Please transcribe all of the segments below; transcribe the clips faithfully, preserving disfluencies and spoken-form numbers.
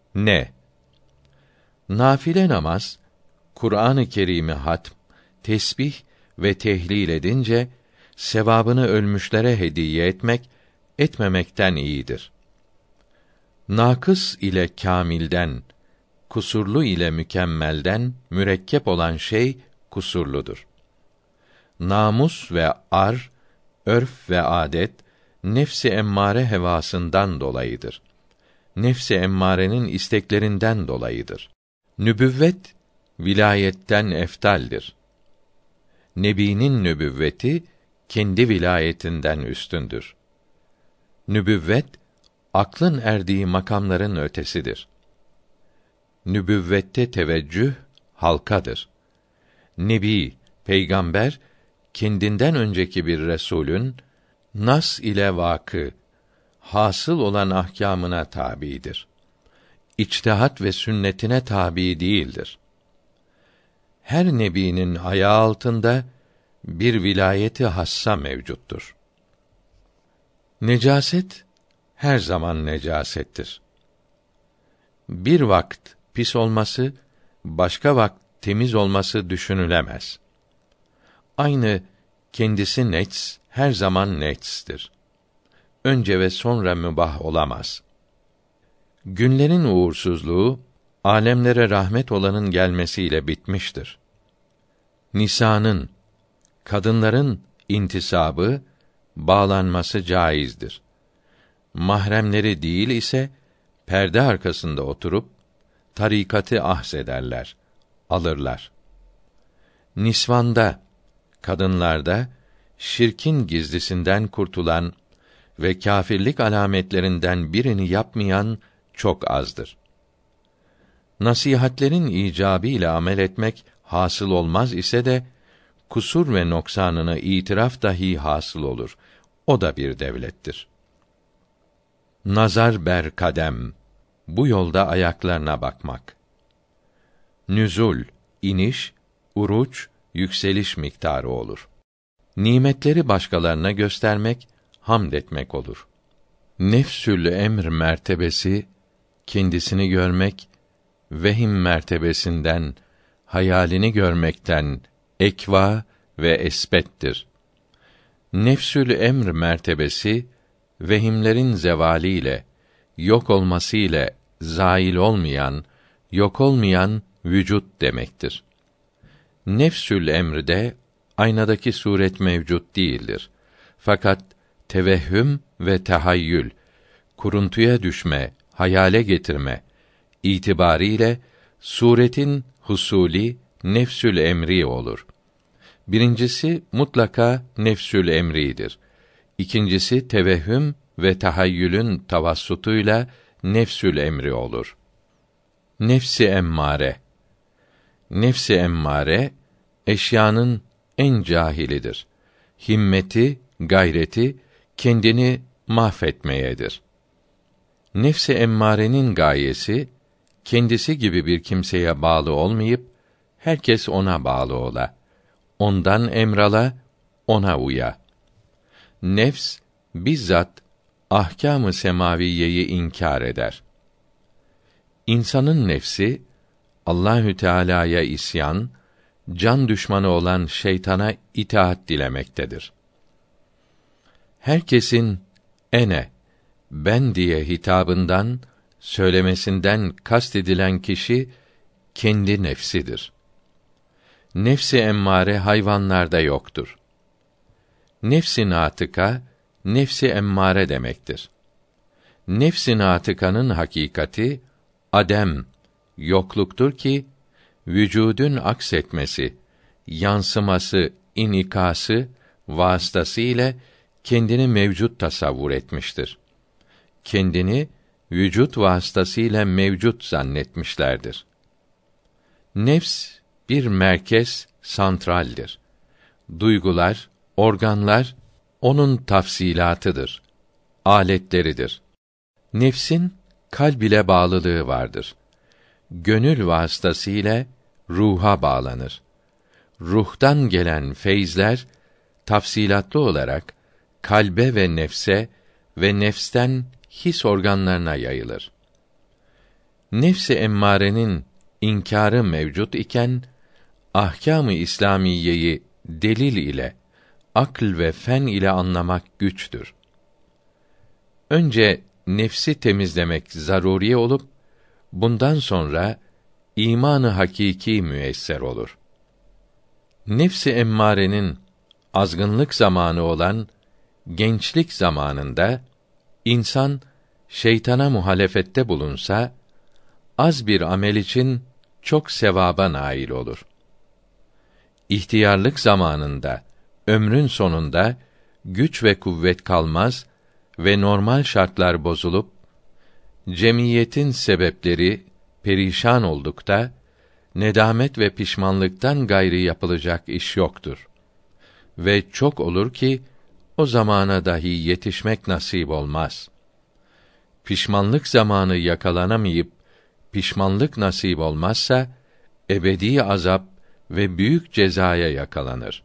Ne? Nafile namaz, Kur'an-ı Kerim'i hatm, tesbih ve tehlil edince, sevabını ölmüşlere hediye etmek, etmemekten iyidir. Nakıs ile kâmilden, kusurlu ile mükemmelden mürekkep olan şey kusurludur. Namus ve ar, örf ve âdet, nefs-i emmare hevasından dolayıdır. Nefs-i emmarenin isteklerinden dolayıdır. Nübüvvet, vilayetten eftaldir. Nebinin nübüvveti, kendi vilayetinden üstündür. Nübüvvet, aklın erdiği makamların ötesidir. Nübüvvette teveccüh, halkadır. Nebi, peygamber, kendinden önceki bir resulün, nas ile vakı, hasıl olan ahkâmına tabidir. İçtihat ve sünnetine tabi değildir. Her nebinin ayağı altında bir vilayeti hassa mevcuttur. Necaset her zaman necasettir. Bir vakt pis olması, başka vakt temiz olması düşünülemez. Aynı kendisi necs her zaman necs'tir. Önce ve sonra mübah olamaz. Günlerin uğursuzluğu, âlemlere rahmet olanın gelmesiyle bitmiştir. Nisanın, kadınların intisabı, bağlanması caizdir. Mahremleri değil ise, perde arkasında oturup, tarikatı ahzederler, alırlar. Nisvanda, kadınlarda, şirkin gizlisinden kurtulan ve kâfirlik alametlerinden birini yapmayan çok azdır. Nasihatlerin icabı ile amel etmek hasıl olmaz ise de, kusur ve noksanını itiraf dahi hasıl olur. O da bir devlettir. Nazar ber kadem, bu yolda ayaklarına bakmak. Nüzul, iniş, uruç, yükseliş miktarı olur. Nimetleri başkalarına göstermek, hamd etmek olur. Nefsül emr mertebesi, kendisini görmek, vehim mertebesinden, hayalini görmekten ekva ve esbettir. Nefsül emr mertebesi, vehimlerin zevaliyle, yok olmasıyla zail olmayan, yok olmayan vücut demektir. Nefsül emrde aynadaki suret mevcut değildir. Fakat tevehhüm ve tahayyül, kuruntuya düşme, hayale getirme itibariyle suretin husuli nefsül emri olur. Birincisi mutlaka nefsül emridir. İkincisi tevehhüm ve tahayyülün tavassutuyla nefsül emri olur. Nefsi emmare. Nefsi emmare eşyanın en cahilidir. Himmeti, gayreti kendini mahvetmeyedir. Nefsi emmarenin gayesi kendisi gibi bir kimseye bağlı olmayıp herkes ona bağlı ola. Ondan emrala, ona uya. Nefs bizzat ahkâm-ı semaviyeyi inkar eder. İnsanın nefsi Allahü Teala'ya isyan, can düşmanı olan şeytana itaat dilemektedir. Herkesin ene, ben diye hitabından, söylemesinden kastedilen kişi kendi nefsidir. Nefsi emmare hayvanlarda yoktur. Nefs-i nâtıka, nefsi emmare demektir. Nefs-i nâtıkanın hakikati adem, yokluktur ki vücudun aksetmesi, yansıması, inikası vasıtası ile kendini mevcut tasavvur etmiştir. Kendini vücut vasıtasıyla mevcut zannetmişlerdir. Nefs bir merkez, santraldir. Duygular, organlar onun tafsilatıdır, aletleridir. Nefsin kalb ile bağlılığı vardır. Gönül vasıtasıyla ruha bağlanır. Ruhtan gelen feyzler tafsilatlı olarak kalbe ve nefse ve nefsten his organlarına yayılır. nefs-i emmârenin inkârı mevcut iken, ahkâm-ı İslâmiyeyi delil ile, akl ve fen ile anlamak güçtür. Önce nefsi temizlemek zaruri olup, bundan sonra iman-ı hakiki müyesser olur. Nefs-i emmârenin azgınlık zamanı olan gençlik zamanında insan şeytana muhalefette bulunsa, az bir amel için çok sevaba nail olur. İhtiyarlık zamanında, ömrün sonunda güç ve kuvvet kalmaz ve normal şartlar bozulup cemiyetin sebepleri perişan oldukta nedamet ve pişmanlıktan gayri yapılacak iş yoktur. Ve çok olur ki o zamana dahi yetişmek nasip olmaz. Pişmanlık zamanı yakalanamayıp pişmanlık nasip olmazsa ebedi azap ve büyük cezaya yakalanır.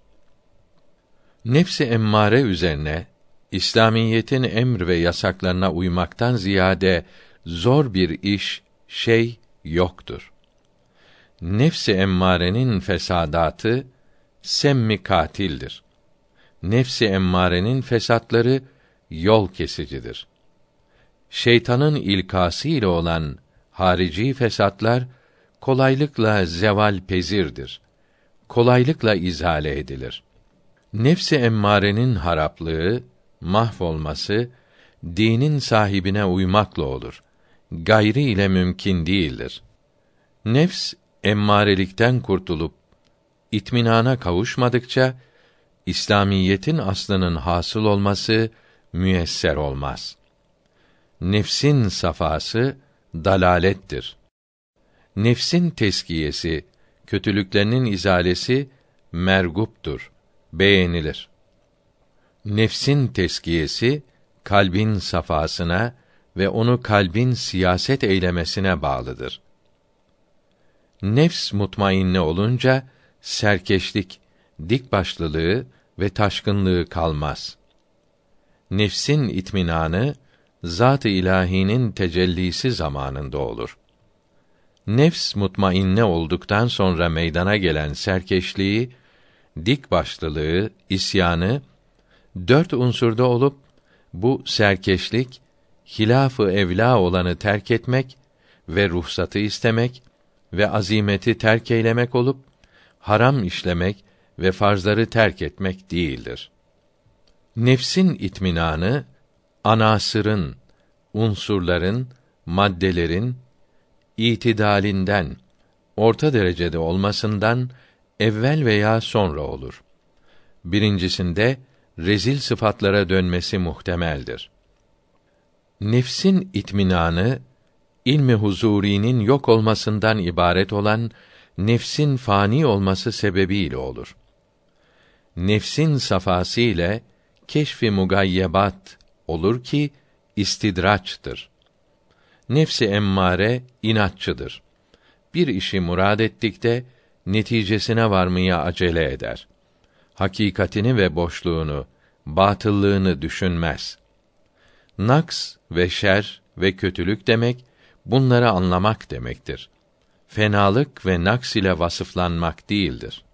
Nefs-i emmare üzerine İslamiyetin emr ve yasaklarına uymaktan ziyade zor bir iş, şey yoktur. Nefs-i emmarenin fesadatı semmi katildir. Nefs-i emmarenin fesatları yol kesicidir. Şeytanın ilkası ile olan harici fesatlar kolaylıkla zeval pezirdir. Kolaylıkla izale edilir. Nefs-i emmarenin haraplığı, mahvolması dinin sahibine uymakla olur. Gayri ile mümkün değildir. Nefs emmarelikten kurtulup itminana kavuşmadıkça İslamiyetin aslının hasıl olması müyesser olmaz. Nefsin safası dalalettir. Nefsin teskiyesi, kötülüklerinin izalesi merguptur, beğenilir. Nefsin teskiyesi kalbin safasına ve onu kalbin siyaset eylemesine bağlıdır. Nefs mutmainne olunca serkeşlik, dikbaşlılığı ve taşkınlığı kalmaz. Nefsin itminanı zat-ı ilâhinin tecellisi zamanında olur. Nefs mutmainne olduktan sonra meydana gelen serkeşliği, dikbaşlılığı, isyanı dört unsurda olup bu serkeşlik hilaf-ı evlâ olanı terk etmek ve ruhsatı istemek ve azimeti terk eylemek olup haram işlemek ve farzları terk etmek değildir. Nefsin itminanı anasırın, unsurların, maddelerin itidalinden, orta derecede olmasından evvel veya sonra olur. Birincisinde rezil sıfatlara dönmesi muhtemeldir. Nefsin itminanı ilmi huzurînin yok olmasından ibaret olan nefsin fani olması sebebiyle olur. Nefsin safası ile keşf-i mugayyebat olur ki istidraçtır. Nefs-i emmare inatçıdır. Bir işi murad ettikte neticesine varmaya acele eder. Hakikatini ve boşluğunu, batıllığını düşünmez. Naks ve şer ve kötülük demek bunları anlamak demektir. Fenalık ve naks ile vasıflanmak değildir.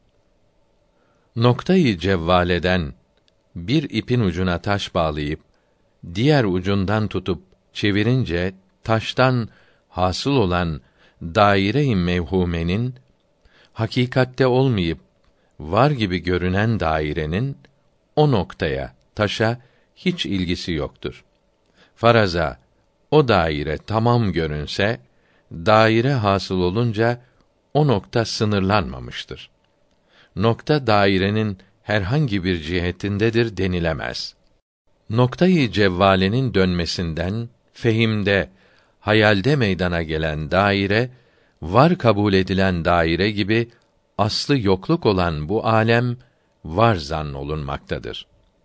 Noktayı cevvaleden bir ipin ucuna taş bağlayıp diğer ucundan tutup çevirince taştan hasıl olan daire-i mevhumenin hakikatte olmayıp var gibi görünen dairenin o noktaya, taşa hiç ilgisi yoktur. Faraza o daire tamam görünse, daire hasıl olunca o nokta sınırlanmamıştır. Nokta dairenin herhangi bir cihetindedir denilemez. Noktayı cevvalenin dönmesinden fehimde, hayalde meydana gelen daire, var kabul edilen daire gibi aslı yokluk olan bu alem var zannolunmaktadır.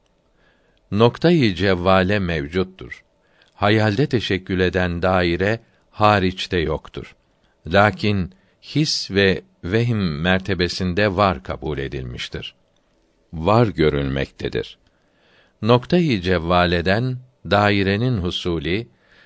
Noktayı cevvale mevcuttur. Hayalde teşekkül eden daire hariçte yoktur. Lakin his ve vehim mertebesinde var kabul edilmiştir. Var görülmektedir. Noktayı cevvaleden dairenin husuli,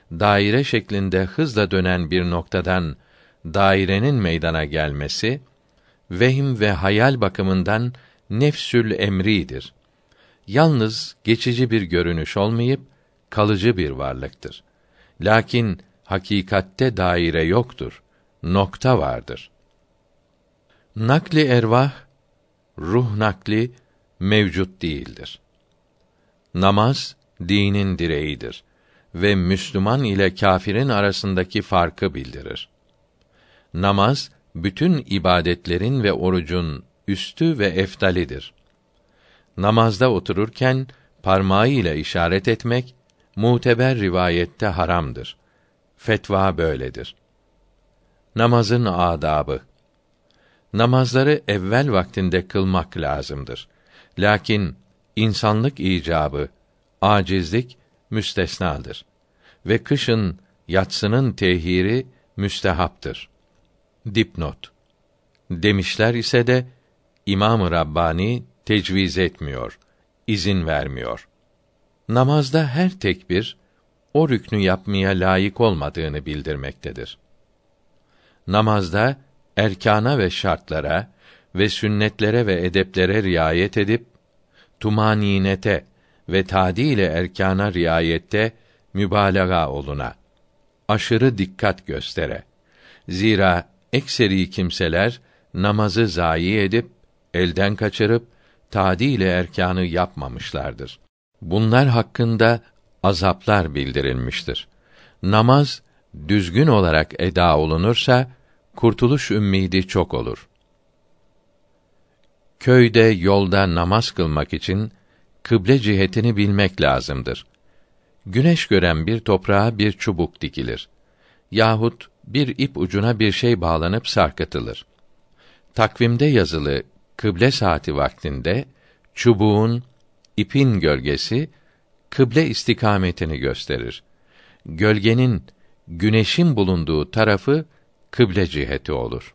daire şeklinde hızla dönen bir noktadan dairenin meydana gelmesi, vehim ve hayal bakımından nefsül emridir. Yalnız geçici bir görünüş olmayıp, kalıcı bir varlıktır. Lakin hakikatte daire yoktur, nokta vardır. Nakli ervah, ruh nakli mevcut değildir. Namaz, dinin direğidir ve Müslüman ile kâfirin arasındaki farkı bildirir. Namaz, bütün ibadetlerin ve orucun üstü ve eftalidir. Namazda otururken, parmağıyla işaret etmek, muteber rivayette haramdır. Fetva böyledir. Namazın adabı. Namazları evvel vaktinde kılmak lazımdır. Lakin insanlık icabı, acizlik müstesnadır ve kışın yatsının tehiri müstehaptır. Dipnot. Demişler ise de İmam-ı Rabbani tecviz etmiyor, izin vermiyor. Namazda her tekbir o rüknü yapmaya layık olmadığını bildirmektedir. Namazda erkâna ve şartlara ve sünnetlere ve edeplere riayet edip tumaninete ve tadil-i erkâna riayette mübalağa oluna, aşırı dikkat göstere. Zira ekseri kimseler namazı zayi edip elden kaçırıp tadil-i erkânı yapmamışlardır. Bunlar hakkında azaplar bildirilmiştir. Namaz düzgün olarak eda olunursa kurtuluş ümmidi çok olur. Köyde, yolda namaz kılmak için kıble cihetini bilmek lazımdır. Güneş gören bir toprağa bir çubuk dikilir. Yahut bir ip ucuna bir şey bağlanıp sarkıtılır. Takvimde yazılı kıble saati vaktinde çubuğun, ipin gölgesi kıble istikametini gösterir. Gölgenin güneşin bulunduğu tarafı kıble ciheti olur.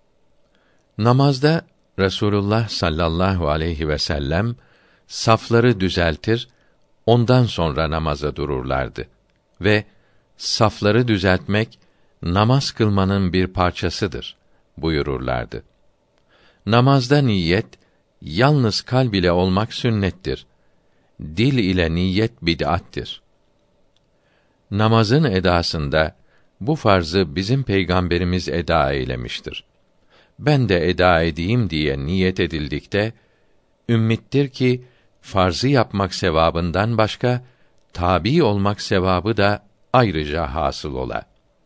Namazda Resulullah sallallahu aleyhi ve sellem safları düzeltir, ondan sonra namaza dururlardı ve safları düzeltmek namaz kılmanın bir parçasıdır buyururlardı. Namazda niyet yalnız kalb ile olmak sünnettir. Dil ile niyet bid'attir. Namazın edasında bu farzı bizim peygamberimiz eda eylemiştir. Ben de eda edeyim diye niyet edildikte ümmittir ki farzı yapmak sevabından başka tabi olmak sevabı da ayrıca hasıl ola.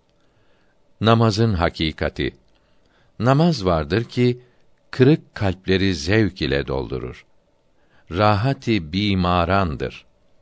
Namazın hakikati. Namaz vardır ki kırık kalpleri zevk ile doldurur. Rahati bimarandır.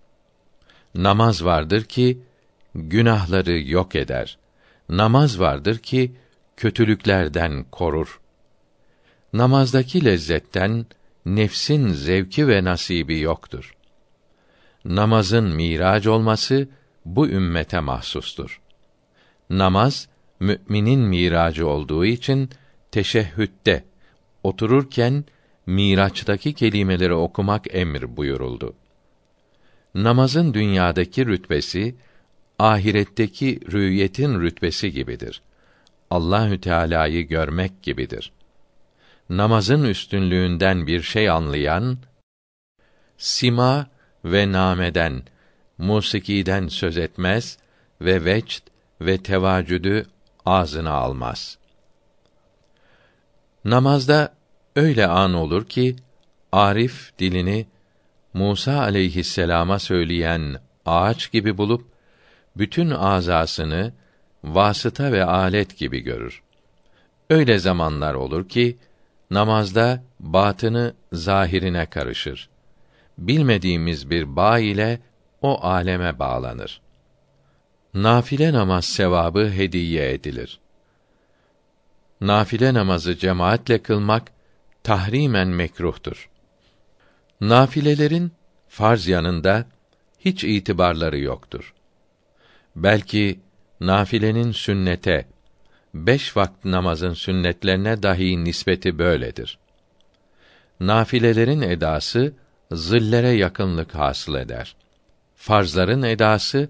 Namaz vardır ki günahları yok eder. Namaz vardır ki kötülüklerden korur. Namazdaki lezzetten nefsin zevki ve nasibi yoktur. Namazın mirac olması bu ümmete mahsustur. Namaz müminin miracı olduğu için teşehhütte otururken miraçtaki kelimeleri okumak emir buyuruldu. Namazın dünyadaki rütbesi ahiretteki rü'yetin rütbesi gibidir. Allahü Teala'yı görmek gibidir. Namazın üstünlüğünden bir şey anlayan sima ve nameden, musikiden söz etmez ve vecd ve tevacüdü ağzına almaz. Namazda öyle an olur ki arif dilini Musa aleyhisselama söyleyen ağaç gibi bulup bütün azasını vasıta ve alet gibi görür. Öyle zamanlar olur ki namazda batını zahirine karışır. Bilmediğimiz bir bağ ile o aleme bağlanır. Nafile namaz sevabı hediye edilir. Nafile namazı cemaatle kılmak tahrimen mekruhtur. Nafilelerin farz yanında hiç itibarları yoktur. Belki nafilenin sünnete, beş vakit namazın sünnetlerine dahi nispeti böyledir. Nafilelerin edası zillere yakınlık hasıl eder. Farzların edası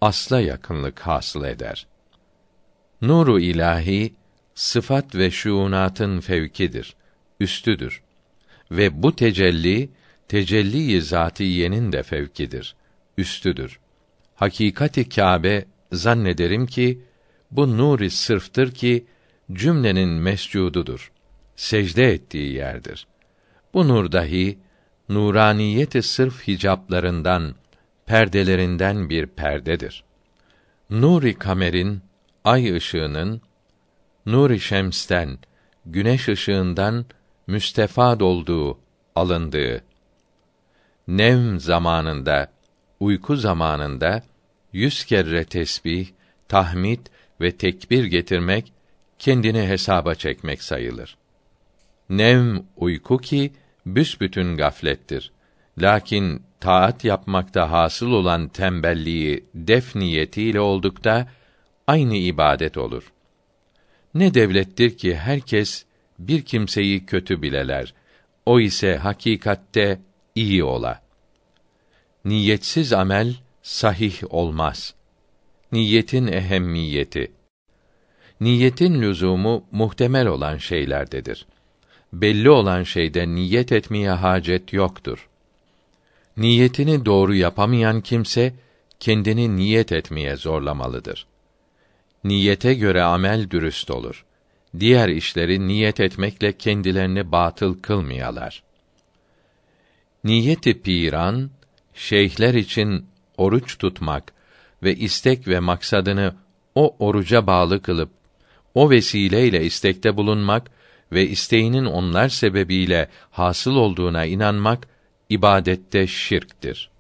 asla yakınlık hasıl eder. Nuru ilahi sıfat ve şuunatın fevkidir, üstüdür ve bu tecelli tecelli-i zatiyenin de fevkidir, üstüdür. Hakikati Kâbe zannederim ki bu nur-i sırftır ki cümlenin mescududur. Secde ettiği yerdir. Bu nur dahi nuraniyet-i sırf hicaplarından, perdelerinden bir perdedir. Nur-i kamerin, ay ışığının, nur-i şemsten, güneş ışığından müstefad olduğu, alındığı, nevm zamanında, uyku zamanında yüz kere tesbih, tahmid ve tekbir getirmek, kendini hesaba çekmek sayılır. Nevm uyku ki büsbütün gaflettir. Lakin taat yapmakta hasıl olan tembelliği def niyetiyle oldukta aynı ibadet olur. Ne devlettir ki herkes bir kimseyi kötü bileler. O ise hakikatte iyi ola. Niyetsiz amel sahih olmaz. Niyetin ehemmiyeti. Niyetin lüzumu muhtemel olan şeylerdedir. Belli olan şeyde niyet etmeye hacet yoktur. Niyetini doğru yapamayan kimse kendini niyet etmeye zorlamalıdır. Niyete göre amel dürüst olur. Diğer işleri niyet etmekle kendilerini batıl kılmayalar. Niyeti piran, şeyhler için oruç tutmak ve istek ve maksadını o oruca bağlı kılıp, o vesileyle istekte bulunmak ve isteğinin onlar sebebiyle hasıl olduğuna inanmak, ibadette şirktir.